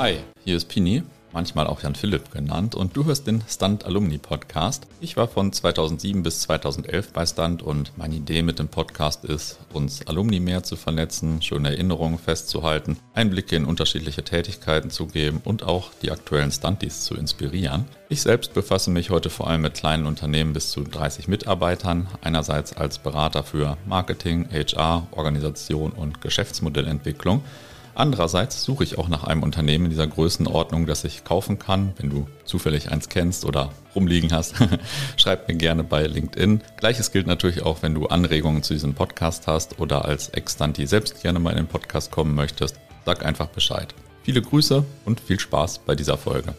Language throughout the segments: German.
Hi, hier ist Pini, manchmal auch Jan Philipp genannt, und du hörst den Stunt Alumni Podcast. Ich war von 2007 bis 2011 bei Stunt und meine Idee mit dem Podcast ist, uns Alumni mehr zu vernetzen, schöne Erinnerungen festzuhalten, Einblicke in unterschiedliche Tätigkeiten zu geben und auch die aktuellen Stunties zu inspirieren. Ich selbst befasse mich heute vor allem mit kleinen Unternehmen bis zu 30 Mitarbeitern, einerseits als Berater für Marketing, HR, Organisation und Geschäftsmodellentwicklung. Andererseits suche ich auch nach einem Unternehmen in dieser Größenordnung, das ich kaufen kann. Wenn du zufällig eins kennst oder rumliegen hast, schreib mir gerne bei LinkedIn. Gleiches gilt natürlich auch, wenn du Anregungen zu diesem Podcast hast oder als Ex-Stuntie selbst gerne mal in den Podcast kommen möchtest. Sag einfach Bescheid. Viele Grüße und viel Spaß bei dieser Folge.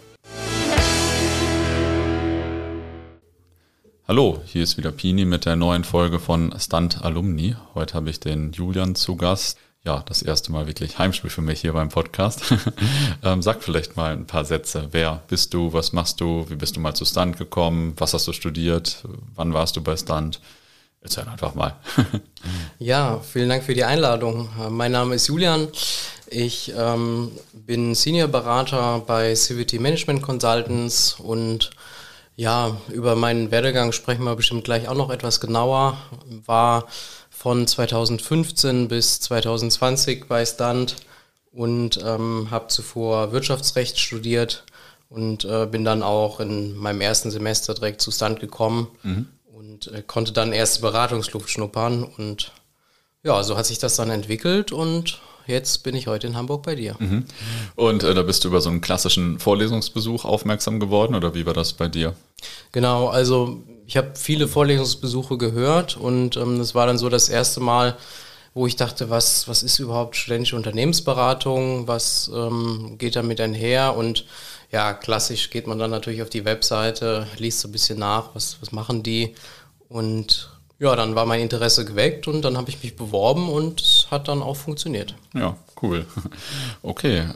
Hallo, hier ist wieder Pini mit der neuen Folge von Stunt Alumni. Heute habe ich den Julian zu Gast. Ja, das erste Mal wirklich Heimspiel für mich hier beim Podcast. Sag vielleicht mal ein paar Sätze. Wer bist du? Was machst du? Wie bist du mal zu Stunt gekommen? Was hast du studiert? Wann warst du bei Stunt? Erzähl einfach mal. Ja, vielen Dank für die Einladung. Mein Name ist Julian. Ich bin Senior-Berater bei CVT Management Consultants und ja, über meinen Werdegang sprechen wir bestimmt gleich auch noch etwas genauer. War von 2015 bis 2020 bei Stunt und habe zuvor Wirtschaftsrecht studiert und bin dann auch in meinem ersten Semester direkt zu Stunt gekommen und konnte dann erste Beratungsluft schnuppern und ja, so hat sich das dann entwickelt und jetzt bin ich heute in Hamburg bei dir. Und da bist du über so einen klassischen Vorlesungsbesuch aufmerksam geworden oder wie war das bei dir? Genau, also ich habe viele Vorlesungsbesuche gehört und das war dann so das erste Mal, wo ich dachte, was ist überhaupt studentische Unternehmensberatung, was geht damit einher und ja, klassisch geht man dann natürlich auf die Webseite, liest so ein bisschen nach, was machen die und ja, dann war mein Interesse geweckt und dann habe ich mich beworben und es hat dann auch funktioniert. Ja, cool. Okay,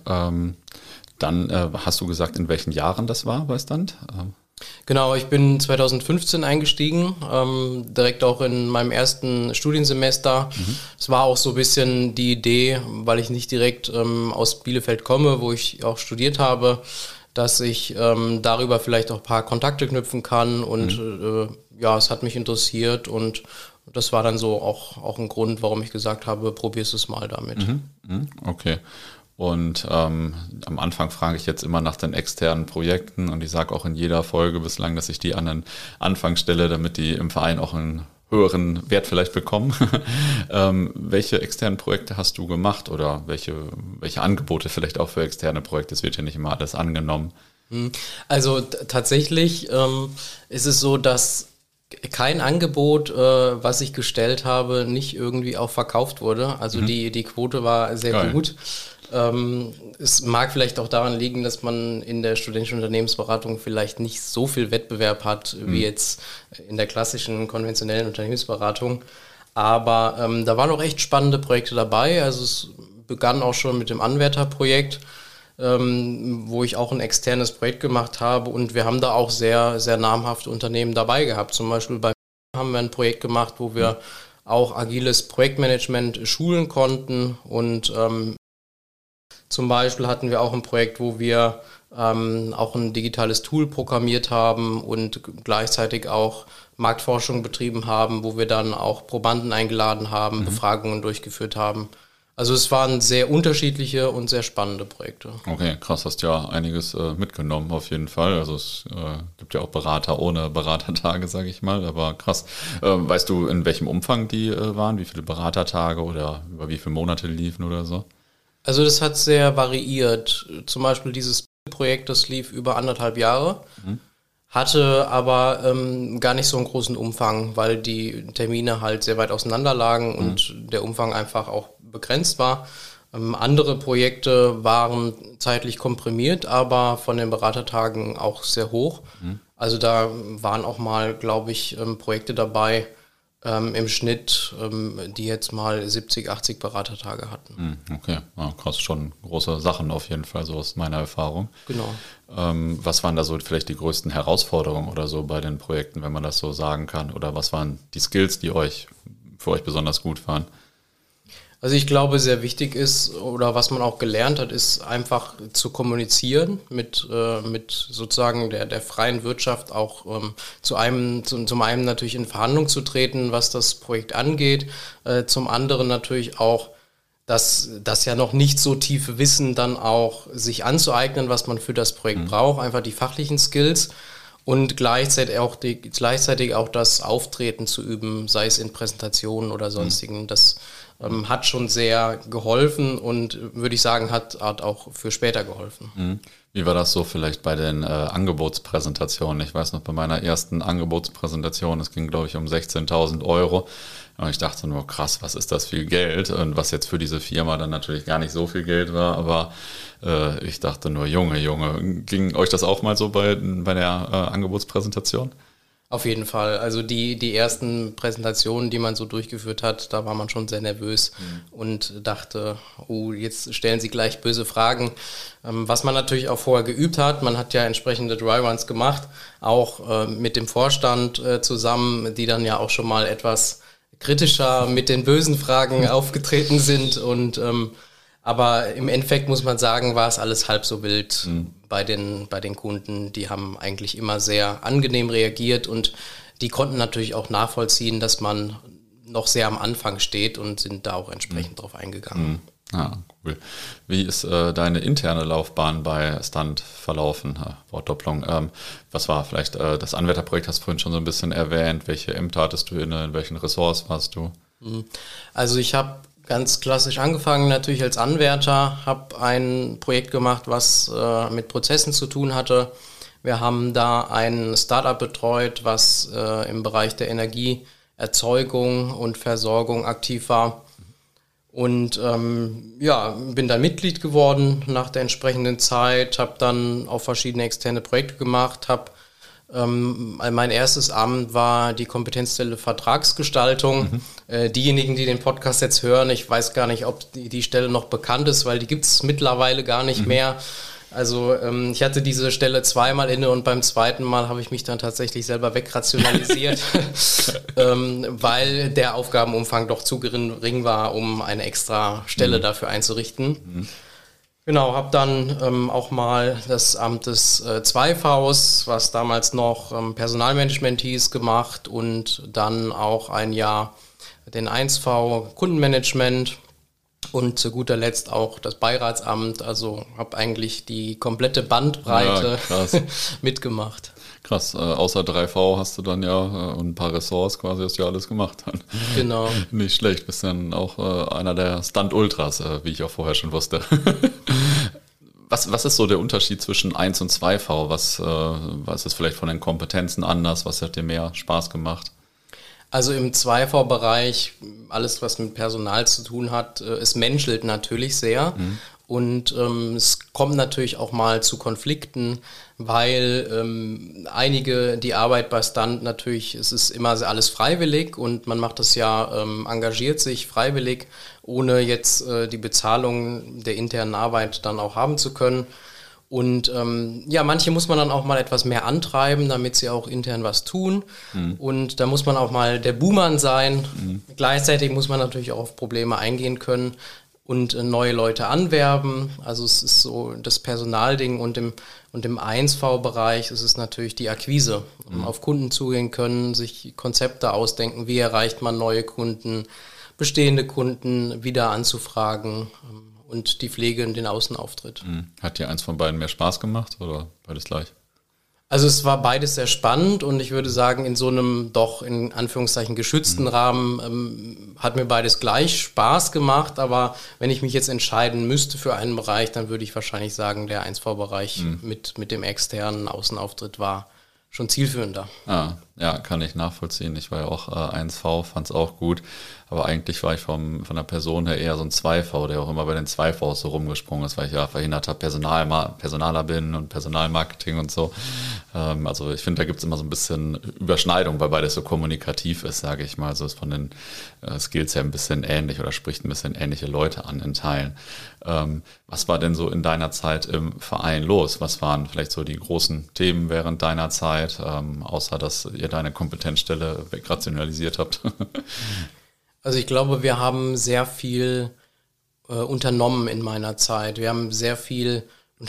dann hast du gesagt, in welchen Jahren das war bei Stunt? Genau, ich bin 2015 eingestiegen, direkt auch in meinem ersten Studiensemester. Es war auch so ein bisschen die Idee, weil ich nicht direkt aus Bielefeld komme, wo ich auch studiert habe, dass ich darüber vielleicht auch ein paar Kontakte knüpfen kann und ja, es hat mich interessiert und das war dann so auch ein Grund, warum ich gesagt habe, probier's es mal damit. Okay. Und am Anfang frage ich jetzt immer nach den externen Projekten und ich sage auch in jeder Folge bislang, dass ich die an den Anfang stelle, damit die im Verein auch einen höheren Wert vielleicht bekommen. Welche externen Projekte hast du gemacht oder welche Angebote vielleicht auch für externe Projekte? Es wird ja nicht immer alles angenommen. Also tatsächlich ist es so, dass kein Angebot, was ich gestellt habe, nicht irgendwie auch verkauft wurde. Also die Quote war sehr Geil. gut. Es mag vielleicht auch daran liegen, dass man in der studentischen Unternehmensberatung vielleicht nicht so viel Wettbewerb hat, wie jetzt in der klassischen konventionellen Unternehmensberatung. Aber da waren auch echt spannende Projekte dabei. Also es begann auch schon mit dem Anwärterprojekt, wo ich auch ein externes Projekt gemacht habe. Und wir haben da auch sehr, sehr namhafte Unternehmen dabei gehabt. Zum Beispiel bei haben wir ein Projekt gemacht, wo wir auch agiles Projektmanagement schulen konnten und zum Beispiel hatten wir auch ein Projekt, wo wir auch ein digitales Tool programmiert haben und gleichzeitig auch Marktforschung betrieben haben, wo wir dann auch Probanden eingeladen haben, Befragungen durchgeführt haben. Also es waren sehr unterschiedliche und sehr spannende Projekte. Okay, krass, hast ja einiges mitgenommen auf jeden Fall. Also es gibt ja auch Berater ohne Beratertage, sage ich mal, aber krass. Weißt du, in welchem Umfang die waren? Wie viele Beratertage oder über wie viele Monate liefen oder so? Also das hat sehr variiert. Zum Beispiel dieses Projekt, das lief über 1,5 Jahre, hatte aber gar nicht so einen großen Umfang, weil die Termine halt sehr weit auseinander lagen und der Umfang einfach auch begrenzt war. Andere Projekte waren zeitlich komprimiert, aber von den Beratertagen auch sehr hoch. Also da waren auch mal, glaube ich, Projekte dabei, im Schnitt, die jetzt mal 70, 80 Beratertage hatten. Okay, ja, krass, schon große Sachen auf jeden Fall, so aus meiner Erfahrung. Genau. Was waren da so vielleicht die größten Herausforderungen oder so bei den Projekten, wenn man das so sagen kann? Oder was waren die Skills, die für euch besonders gut waren? Also ich glaube, sehr wichtig ist, oder was man auch gelernt hat, ist einfach zu kommunizieren mit sozusagen der freien Wirtschaft, auch zum einen natürlich in Verhandlung zu treten, was das Projekt angeht, zum anderen natürlich auch das ja noch nicht so tiefe Wissen dann auch sich anzueignen, was man für das Projekt braucht, einfach die fachlichen Skills. Und gleichzeitig auch das Auftreten zu üben, sei es in Präsentationen oder sonstigen. Das hat schon sehr geholfen und würde ich sagen, hat auch für später geholfen. Wie war das so vielleicht bei den Angebotspräsentationen? Ich weiß noch, bei meiner ersten Angebotspräsentation, es ging, glaube ich, um 16.000 Euro. Und ich dachte nur, krass, was ist das viel Geld? Und was jetzt für diese Firma dann natürlich gar nicht so viel Geld war, aber ich dachte nur, Junge, ging euch das auch mal so bei der Angebotspräsentation? Auf jeden Fall. Also die ersten Präsentationen, die man so durchgeführt hat, da war man schon sehr nervös und dachte, oh, jetzt stellen Sie gleich böse Fragen. Was man natürlich auch vorher geübt hat, man hat ja entsprechende Dry-Runs gemacht, auch mit dem Vorstand zusammen, die dann ja auch schon mal etwas kritischer mit den bösen Fragen aufgetreten sind und aber im Endeffekt muss man sagen, war es alles halb so wild bei den Kunden. Die haben eigentlich immer sehr angenehm reagiert und die konnten natürlich auch nachvollziehen, dass man noch sehr am Anfang steht und sind da auch entsprechend drauf eingegangen. Ah, cool. Wie ist deine interne Laufbahn bei Stunt verlaufen? Wortdopplung. Was war vielleicht das Anwärterprojekt, hast du vorhin schon so ein bisschen erwähnt. Welche Ämter hattest du inne? In welchen Ressorts warst du? Also ich habe ganz klassisch angefangen, natürlich als Anwärter, habe ein Projekt gemacht, was mit Prozessen zu tun hatte. Wir haben da ein Startup betreut, was im Bereich der Energieerzeugung und Versorgung aktiv war. Und bin dann Mitglied geworden nach der entsprechenden Zeit, habe dann auch verschiedene externe Projekte gemacht, mein erstes Amt war die Kompetenzstelle Vertragsgestaltung. Diejenigen, die den Podcast jetzt hören, ich weiß gar nicht, ob die Stelle noch bekannt ist, weil die gibt es mittlerweile gar nicht mehr. Also ich hatte diese Stelle zweimal inne und beim zweiten Mal habe ich mich dann tatsächlich selber wegrationalisiert, weil der Aufgabenumfang doch zu gering war, um eine extra Stelle dafür einzurichten. Genau, habe dann auch mal das Amt des 2Vs, was damals noch Personalmanagement hieß, gemacht und dann auch ein Jahr den 1V Kundenmanagement und zu guter Letzt auch das Beiratsamt. Also habe eigentlich die komplette Bandbreite mitgemacht. Krass, außer 3V hast du dann ja und ein paar Ressorts quasi, hast du ja alles gemacht. Genau. Nicht schlecht, bist dann auch einer der Stunt-Ultras, wie ich auch vorher schon wusste. Was ist so der Unterschied zwischen 1 und 2V? Was ist vielleicht von den Kompetenzen anders? Was hat dir mehr Spaß gemacht? Also im 2V-Bereich, alles was mit Personal zu tun hat, es menschelt natürlich sehr. Und es kommt natürlich auch mal zu Konflikten, weil die Arbeit bei Stunt natürlich, es ist immer alles freiwillig und man macht das ja, engagiert sich freiwillig, ohne jetzt die Bezahlung der internen Arbeit dann auch haben zu können. Und manche muss man dann auch mal etwas mehr antreiben, damit sie auch intern was tun. Und da muss man auch mal der Buhmann sein. Gleichzeitig muss man natürlich auch auf Probleme eingehen können und neue Leute anwerben. Also es ist so das Personalding und im 1V-Bereich ist es natürlich die Akquise. Auf Kunden zugehen können, sich Konzepte ausdenken, wie erreicht man neue Kunden, bestehende Kunden wieder anzufragen und die Pflege und den Außenauftritt. Hat dir eins von beiden mehr Spaß gemacht oder beides gleich? Also es war beides sehr spannend und ich würde sagen, in so einem doch in Anführungszeichen geschützten Rahmen hat mir beides gleich Spaß gemacht, aber wenn ich mich jetzt entscheiden müsste für einen Bereich, dann würde ich wahrscheinlich sagen, der 1V-Bereich mit dem externen Außenauftritt war schon zielführender. Ja, kann ich nachvollziehen. Ich war ja auch 1V, fand es auch gut. Aber eigentlich war ich von der Person her eher so ein 2V, der auch immer bei den 2Vs so rumgesprungen ist, weil ich ja verhinderter Personaler bin und Personalmarketing und so. Also ich finde, da gibt es immer so ein bisschen Überschneidung, weil beides so kommunikativ ist, sage ich mal. So ist von den Skills her ein bisschen ähnlich oder spricht ein bisschen ähnliche Leute an in Teilen. Was war denn so in deiner Zeit im Verein los? Was waren vielleicht so die großen Themen während deiner Zeit, außer dass ihr deine Kompetenzstelle wegrationalisiert habt? Also ich glaube, wir haben sehr viel unternommen in meiner Zeit. Wir haben sehr viel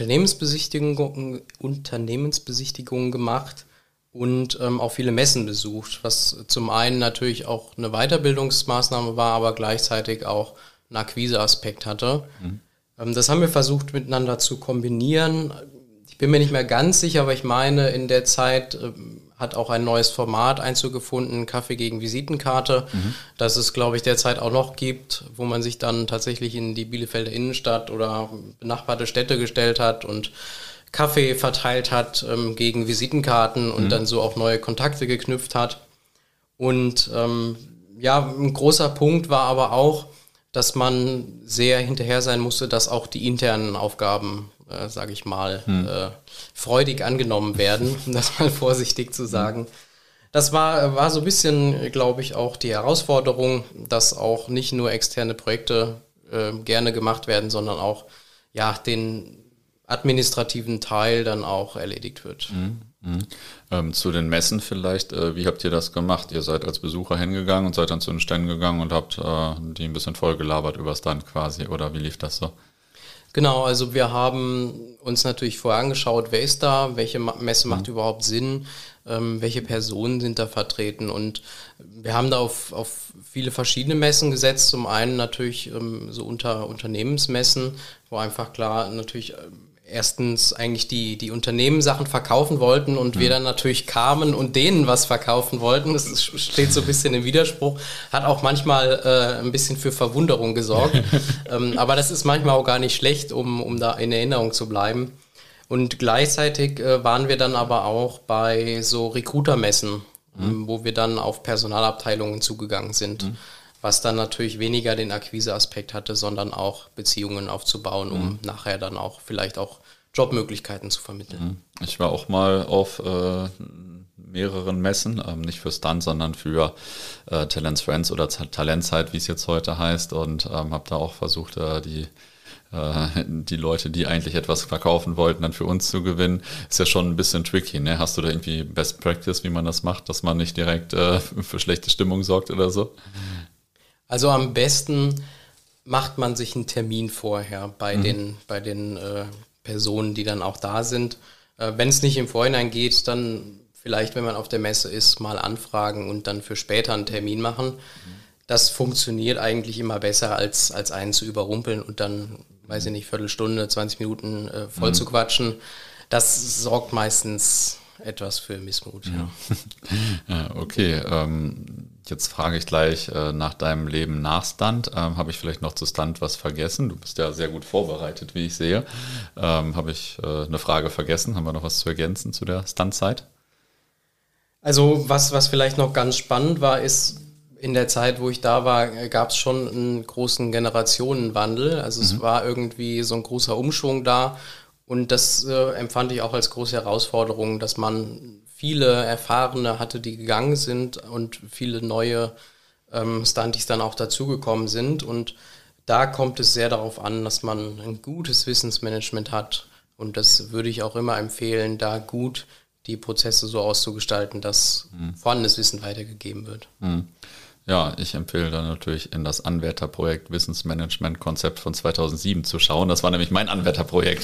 Unternehmensbesichtigungen gemacht und auch viele Messen besucht, was zum einen natürlich auch eine Weiterbildungsmaßnahme war, aber gleichzeitig auch einen Akquiseaspekt hatte. Das haben wir versucht miteinander zu kombinieren. Ich bin mir nicht mehr ganz sicher, aber ich meine, in der Zeit hat auch ein neues Format Einzug gefunden, Kaffee gegen Visitenkarte, das es, glaube ich, derzeit auch noch gibt, wo man sich dann tatsächlich in die Bielefelder Innenstadt oder benachbarte Städte gestellt hat und Kaffee verteilt hat gegen Visitenkarten und dann so auch neue Kontakte geknüpft hat. Und ein großer Punkt war aber auch, dass man sehr hinterher sein musste, dass auch die internen Aufgaben, sage ich mal, freudig angenommen werden, um das mal vorsichtig zu sagen. Das war so ein bisschen, glaube ich, auch die Herausforderung, dass auch nicht nur externe Projekte gerne gemacht werden, sondern auch den administrativen Teil dann auch erledigt wird. Zu den Messen vielleicht, wie habt ihr das gemacht? Ihr seid als Besucher hingegangen und seid dann zu den Ständen gegangen und habt die ein bisschen vollgelabert über Stand quasi, oder wie lief das so? Genau, also wir haben uns natürlich vorher angeschaut, wer ist da, welche Messe macht überhaupt Sinn, welche Personen sind da vertreten, und wir haben da auf viele verschiedene Messen gesetzt. Zum einen natürlich so Unternehmensmessen, wo einfach klar natürlich erstens eigentlich die Unternehmen Sachen verkaufen wollten und wir dann natürlich kamen und denen was verkaufen wollten. Das steht so ein bisschen im Widerspruch, hat auch manchmal ein bisschen für Verwunderung gesorgt. Aber das ist manchmal auch gar nicht schlecht, um da in Erinnerung zu bleiben. Und gleichzeitig waren wir dann aber auch bei so Recruiter-Messen, wo wir dann auf Personalabteilungen zugegangen sind. Was dann natürlich weniger den Akquiseaspekt hatte, sondern auch Beziehungen aufzubauen, um nachher dann auch vielleicht auch Jobmöglichkeiten zu vermitteln. Ich war auch mal auf mehreren Messen, nicht für Stunt, sondern für Talents Friends oder Talentzeit, wie es jetzt heute heißt, und habe da auch versucht, die Leute, die eigentlich etwas verkaufen wollten, dann für uns zu gewinnen. Ist ja schon ein bisschen tricky, ne? Hast du da irgendwie Best Practice, wie man das macht, dass man nicht direkt für schlechte Stimmung sorgt oder so? Also am besten macht man sich einen Termin vorher bei den Personen, die dann auch da sind. Wenn es nicht im Vorhinein geht, dann vielleicht, wenn man auf der Messe ist, mal anfragen und dann für später einen Termin machen. Das funktioniert eigentlich immer besser, als einen zu überrumpeln und dann, weiß ich nicht, Viertelstunde, 20 Minuten voll zu quatschen. Das sorgt meistens etwas für Missmut. Ja, okay. Jetzt frage ich gleich nach deinem Leben nach Stunt. Habe ich vielleicht noch zu Stunt was vergessen? Du bist ja sehr gut vorbereitet, wie ich sehe. Habe ich eine Frage vergessen? Haben wir noch was zu ergänzen zu der Stunt-Zeit? Also was vielleicht noch ganz spannend war, ist, in der Zeit, wo ich da war, gab es schon einen großen Generationenwandel. Also es war irgendwie so ein großer Umschwung da. Und das empfand ich auch als große Herausforderung, dass man viele Erfahrene hatte, die gegangen sind und viele neue Stunties dann auch dazugekommen sind. Und da kommt es sehr darauf an, dass man ein gutes Wissensmanagement hat. Und das würde ich auch immer empfehlen, da gut die Prozesse so auszugestalten, dass vorhandenes Wissen weitergegeben wird. Ja, ich empfehle dann natürlich in das Anwärterprojekt Wissensmanagement-Konzept von 2007 zu schauen. Das war nämlich mein Anwärterprojekt.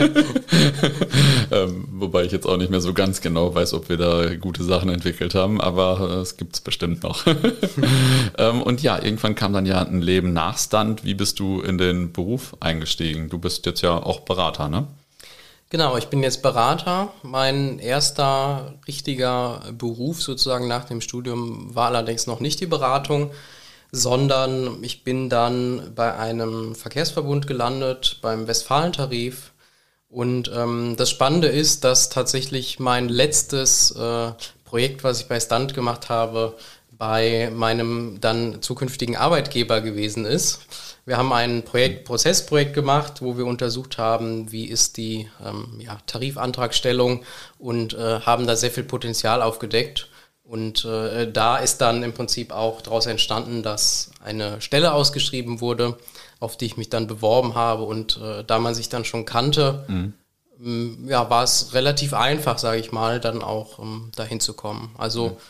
Wobei ich jetzt auch nicht mehr so ganz genau weiß, ob wir da gute Sachen entwickelt haben, aber es gibt's bestimmt noch. Und ja, irgendwann kam dann ja ein Leben nach Stunt. Wie bist du in den Beruf eingestiegen? Du bist jetzt ja auch Berater, ne? Genau, ich bin jetzt Berater. Mein erster richtiger Beruf sozusagen nach dem Studium war allerdings noch nicht die Beratung, sondern ich bin dann bei einem Verkehrsverbund gelandet, beim Westfalentarif. Und das Spannende ist, dass tatsächlich mein letztes Projekt, was ich bei Stunt gemacht habe, bei meinem dann zukünftigen Arbeitgeber gewesen ist. Wir haben ein Prozessprojekt gemacht, wo wir untersucht haben, wie ist die Tarifantragstellung, und haben da sehr viel Potenzial aufgedeckt. Und da ist dann im Prinzip auch daraus entstanden, dass eine Stelle ausgeschrieben wurde, auf die ich mich dann beworben habe. Und da man sich dann schon kannte, war es relativ einfach, sage ich mal, dann auch dahin zu kommen. Also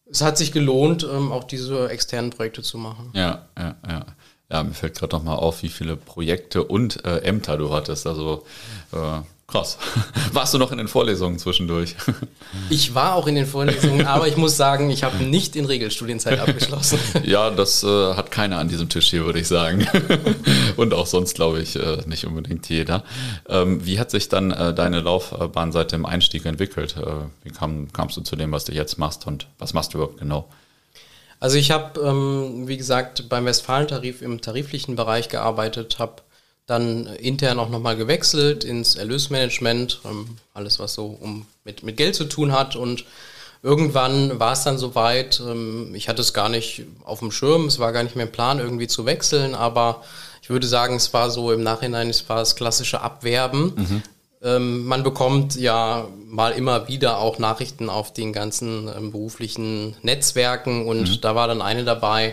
es hat sich gelohnt, auch diese externen Projekte zu machen. Ja. Ja, mir fällt gerade noch mal auf, wie viele Projekte und Ämter du hattest. Also krass. Warst du noch in den Vorlesungen zwischendurch? Ich war auch in den Vorlesungen, aber ich muss sagen, ich habe nicht in Regelstudienzeit abgeschlossen. Ja, das hat keiner an diesem Tisch hier, würde ich sagen. Und auch sonst, glaube ich, nicht unbedingt jeder. Wie hat sich dann deine Laufbahn seit dem Einstieg entwickelt? Wie kamst du zu dem, was du jetzt machst und was machst du überhaupt genau? Also ich habe, wie gesagt, beim Westfalentarif im tariflichen Bereich gearbeitet, habe dann intern auch nochmal gewechselt ins Erlösmanagement, alles was so mit Geld zu tun hat, und irgendwann war es dann soweit, ich hatte es gar nicht auf dem Schirm, es war gar nicht mehr im Plan irgendwie zu wechseln, aber ich würde sagen, es war so im Nachhinein, es war das klassische Abwerben. Man bekommt ja mal immer wieder auch Nachrichten auf den ganzen beruflichen Netzwerken, und da war dann eine dabei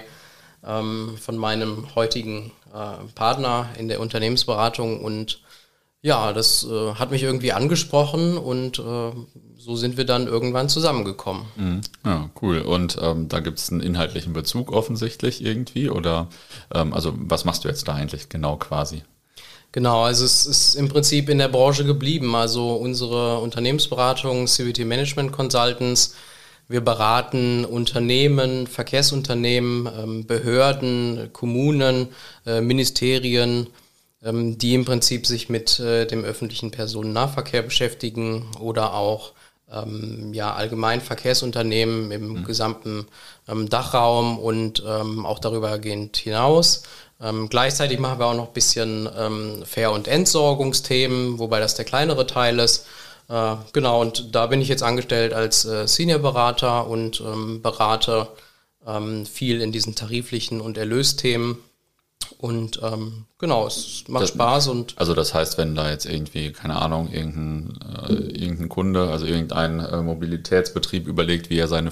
von meinem heutigen Partner in der Unternehmensberatung, und ja, das hat mich irgendwie angesprochen, und so sind wir dann irgendwann zusammengekommen. Ja, cool. Und da gibt es einen inhaltlichen Bezug offensichtlich irgendwie, oder also was machst du jetzt da eigentlich genau quasi? Genau, also es ist im Prinzip in der Branche geblieben. Also unsere Unternehmensberatung CVT Management Consultants, wir beraten Unternehmen, Verkehrsunternehmen, Behörden, Kommunen, Ministerien, die im Prinzip sich mit dem öffentlichen Personennahverkehr beschäftigen, oder auch allgemein Verkehrsunternehmen im gesamten Dachraum und auch darübergehend hinaus. Gleichzeitig machen wir auch noch ein bisschen Fähr- und Entsorgungsthemen, wobei das der kleinere Teil ist. Genau, und da bin ich jetzt angestellt als Senior-Berater und berate viel in diesen tariflichen und Erlösthemen. Und genau, es macht Spaß. Und also das heißt, wenn da jetzt irgendwie, keine Ahnung, irgendein Kunde, also irgendein Mobilitätsbetrieb überlegt, wie er seine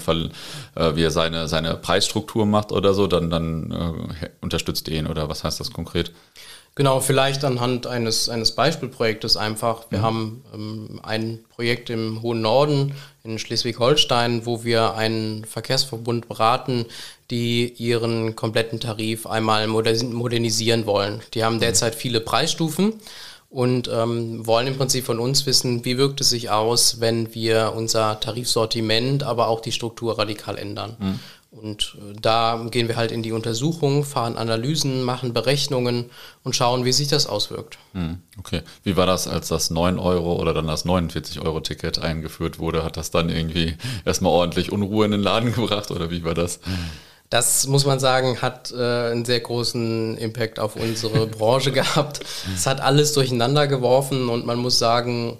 Preisstruktur macht oder so, dann unterstützt ihr ihn, oder was heißt das konkret? Genau, vielleicht anhand eines Beispielprojektes einfach. Wir haben ein Projekt im hohen Norden in Schleswig-Holstein, wo wir einen Verkehrsverbund beraten, die ihren kompletten Tarif einmal modernisieren wollen. Die haben derzeit viele Preisstufen und wollen im Prinzip von uns wissen, wie wirkt es sich aus, wenn wir unser Tarifsortiment, aber auch die Struktur radikal ändern. Und da gehen wir halt in die Untersuchung, fahren Analysen, machen Berechnungen und schauen, wie sich das auswirkt. Okay. Wie war das, als das 9 Euro oder dann das 49-Euro-Ticket eingeführt wurde? Hat das dann irgendwie erstmal ordentlich Unruhe in den Laden gebracht, oder wie war das? Das, muss man sagen, hat einen sehr großen Impact auf unsere Branche gehabt. Es hat alles durcheinander geworfen, und man muss sagen,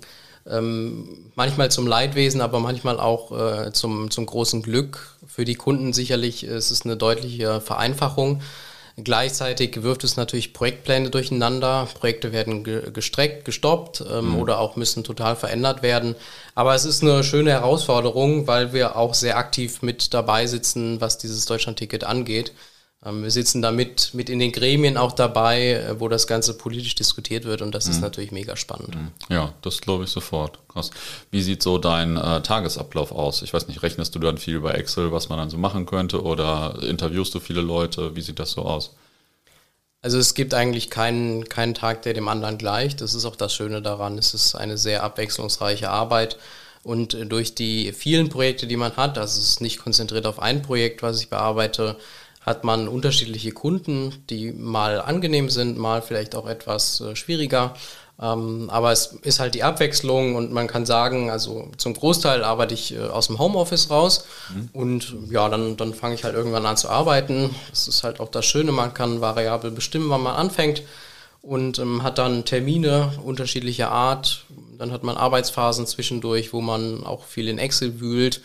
manchmal zum Leidwesen, aber manchmal auch zum großen Glück. Für die Kunden sicherlich ist es eine deutliche Vereinfachung. Gleichzeitig wirft es natürlich Projektpläne durcheinander. Projekte werden gestreckt, gestoppt oder auch müssen total verändert werden. Aber es ist eine schöne Herausforderung, weil wir auch sehr aktiv mit dabei sitzen, was dieses Deutschlandticket angeht. Wir sitzen da mit in den Gremien auch dabei, wo das Ganze politisch diskutiert wird, und das ist natürlich mega spannend. Ja, das glaube ich sofort. Krass. Wie sieht so dein Tagesablauf aus? Ich weiß nicht, rechnest du dann viel über Excel, was man dann so machen könnte, oder interviewst du viele Leute? Wie sieht das so aus? Also es gibt eigentlich keinen Tag, der dem anderen gleicht. Das ist auch das Schöne daran. Es ist eine sehr abwechslungsreiche Arbeit. Und durch die vielen Projekte, die man hat, also es ist nicht konzentriert auf ein Projekt, was ich bearbeite, hat man unterschiedliche Kunden, die mal angenehm sind, mal vielleicht auch etwas schwieriger. Aber es ist halt die Abwechslung, und man kann sagen, also zum Großteil arbeite ich aus dem Homeoffice raus und ja, dann fange ich halt irgendwann an zu arbeiten. Das ist halt auch das Schöne, man kann variabel bestimmen, wann man anfängt, und hat dann Termine unterschiedlicher Art. Dann hat man Arbeitsphasen zwischendurch, wo man auch viel in Excel wühlt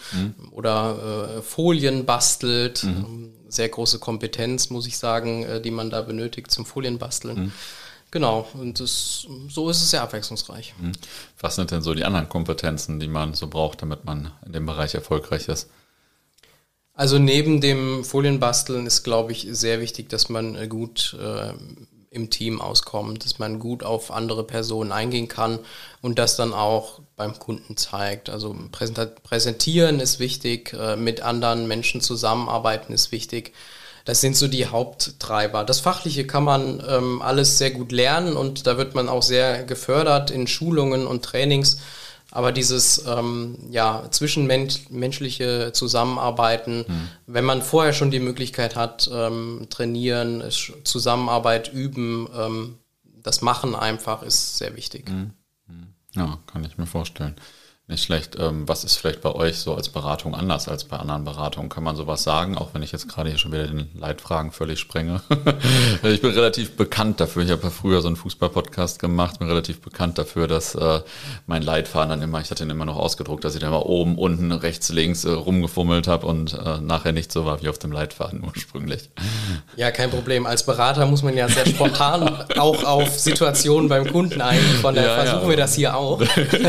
oder Folien bastelt. Sehr große Kompetenz, muss ich sagen, die man da benötigt zum Folienbasteln. Genau, und so ist es sehr abwechslungsreich. Was sind denn so die anderen Kompetenzen, die man so braucht, damit man in dem Bereich erfolgreich ist? Also neben dem Folienbasteln ist, glaube ich, sehr wichtig, dass man gut im Team auskommt, dass man gut auf andere Personen eingehen kann und das dann auch beim Kunden zeigt. Also präsentieren ist wichtig, mit anderen Menschen zusammenarbeiten ist wichtig. Das sind so die Haupttreiber. Das Fachliche kann man alles sehr gut lernen und da wird man auch sehr gefördert in Schulungen und Trainings. Aber dieses zwischenmenschliche Zusammenarbeiten, wenn man vorher schon die Möglichkeit hat, trainieren, Zusammenarbeit üben, das Machen einfach ist sehr wichtig. Ja, kann ich mir vorstellen. Nicht schlecht. Was ist vielleicht bei euch so als Beratung anders als bei anderen Beratungen? Kann man sowas sagen, auch wenn ich jetzt gerade hier schon wieder den Leitfragen völlig sprenge? Ich bin relativ bekannt dafür. Ich habe ja früher so einen Fußball-Podcast gemacht, bin relativ bekannt dafür, dass mein Leitfaden dann immer, ich hatte ihn immer noch ausgedruckt, dass ich dann immer oben, unten, rechts, links rumgefummelt habe und nachher nicht so war wie auf dem Leitfaden ursprünglich. Ja, kein Problem. Als Berater muss man ja sehr spontan auch auf Situationen beim Kunden eingehen. Von daher versuchen wir das hier auch.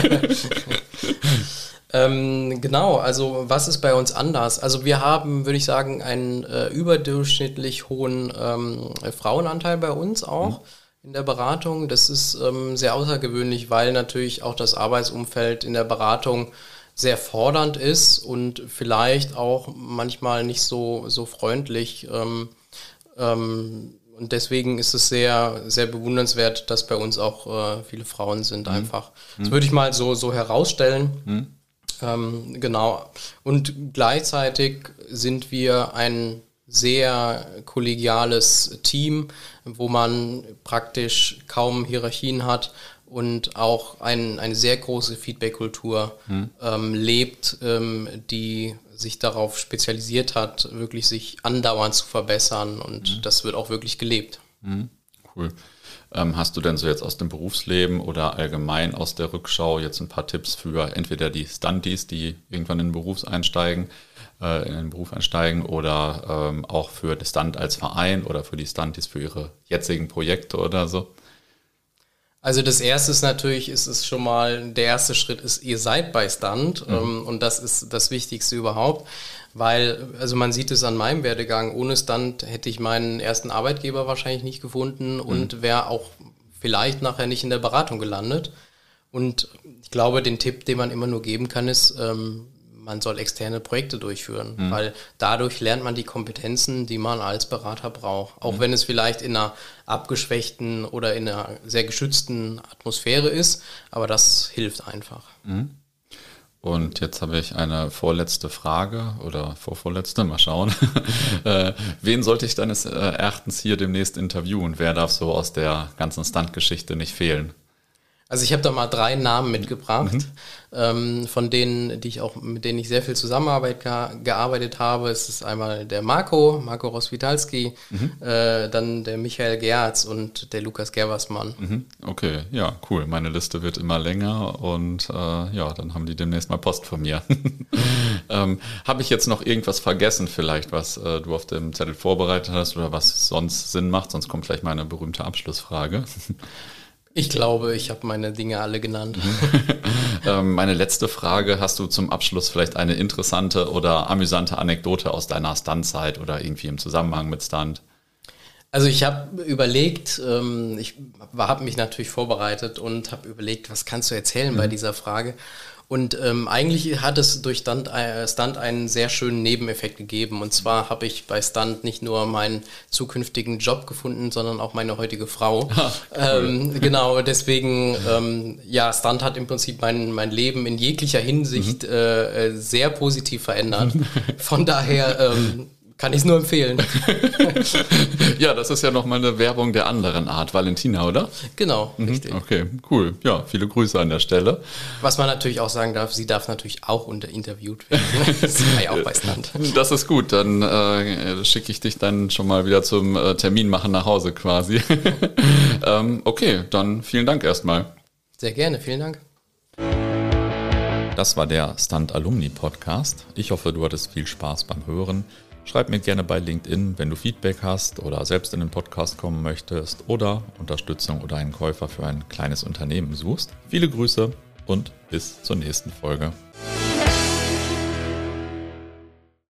Genau, also was ist bei uns anders? Also wir haben, würde ich sagen, einen überdurchschnittlich hohen Frauenanteil bei uns auch in der Beratung. Das ist sehr außergewöhnlich, weil natürlich auch das Arbeitsumfeld in der Beratung sehr fordernd ist und vielleicht auch manchmal nicht so freundlich. Und deswegen ist es sehr, sehr bewundernswert, dass bei uns auch viele Frauen sind einfach. Das würde ich mal so herausstellen. Genau. Und gleichzeitig sind wir ein sehr kollegiales Team, wo man praktisch kaum Hierarchien hat und auch eine sehr große Feedback-Kultur lebt, die sich darauf spezialisiert hat, wirklich sich andauernd zu verbessern und das wird auch wirklich gelebt. Cool. Hast du denn so jetzt aus dem Berufsleben oder allgemein aus der Rückschau jetzt ein paar Tipps für entweder die Stunties, die irgendwann in den Beruf einsteigen oder auch für den Stunt als Verein oder für die Stunties für ihre jetzigen Projekte oder so? Also das erste ist natürlich, der erste Schritt ist, ihr seid bei Stunt und das ist das Wichtigste überhaupt, weil, also man sieht es an meinem Werdegang, ohne Stunt hätte ich meinen ersten Arbeitgeber wahrscheinlich nicht gefunden und wäre auch vielleicht nachher nicht in der Beratung gelandet. Und ich glaube, den Tipp, den man immer nur geben kann, ist, man soll externe Projekte durchführen, weil dadurch lernt man die Kompetenzen, die man als Berater braucht. Auch wenn es vielleicht in einer abgeschwächten oder in einer sehr geschützten Atmosphäre ist, aber das hilft einfach. Und jetzt habe ich eine vorletzte Frage oder vorvorletzte, mal schauen. Wen sollte ich deines Erachtens hier demnächst interviewen? Wer darf so aus der ganzen Stunt-Geschichte nicht fehlen? Also ich habe da mal 3 Namen mitgebracht, von denen, mit denen ich sehr viel gearbeitet habe. Es ist einmal der Marco Roswitalski, dann der Michael Gerz und der Lukas Gerversmann. Okay, ja, cool. Meine Liste wird immer länger und dann haben die demnächst mal Post von mir. Habe ich jetzt noch irgendwas vergessen vielleicht, was du auf dem Zettel vorbereitet hast oder was sonst Sinn macht? Sonst kommt gleich meine berühmte Abschlussfrage. Ich glaube, ich habe meine Dinge alle genannt. Meine letzte Frage, hast du zum Abschluss vielleicht eine interessante oder amüsante Anekdote aus deiner Stunt-Zeit oder irgendwie im Zusammenhang mit Stunt? Also ich habe überlegt, ich habe mich natürlich vorbereitet und habe überlegt, was kannst du erzählen bei dieser Frage? Und eigentlich hat es durch Stunt einen sehr schönen Nebeneffekt gegeben. Und zwar habe ich bei Stunt nicht nur meinen zukünftigen Job gefunden, sondern auch meine heutige Frau. Cool. Genau, deswegen, Stunt hat im Prinzip mein Leben in jeglicher Hinsicht sehr positiv verändert. Von daher kann ich es nur empfehlen. Ja, das ist ja nochmal eine Werbung der anderen Art. Valentina, oder? Genau, richtig. Okay, cool. Ja, viele Grüße an der Stelle. Was man natürlich auch sagen darf, sie darf natürlich auch interviewt werden. Sie war ja auch bei Stunt. Das ist gut, dann schicke ich dich dann schon mal wieder zum Termin machen nach Hause quasi. Okay, dann vielen Dank erstmal. Sehr gerne, vielen Dank. Das war der Stunt Alumni Podcast. Ich hoffe, du hattest viel Spaß beim Hören. Schreib mir gerne bei LinkedIn, wenn du Feedback hast oder selbst in den Podcast kommen möchtest oder Unterstützung oder einen Käufer für ein kleines Unternehmen suchst. Viele Grüße und bis zur nächsten Folge.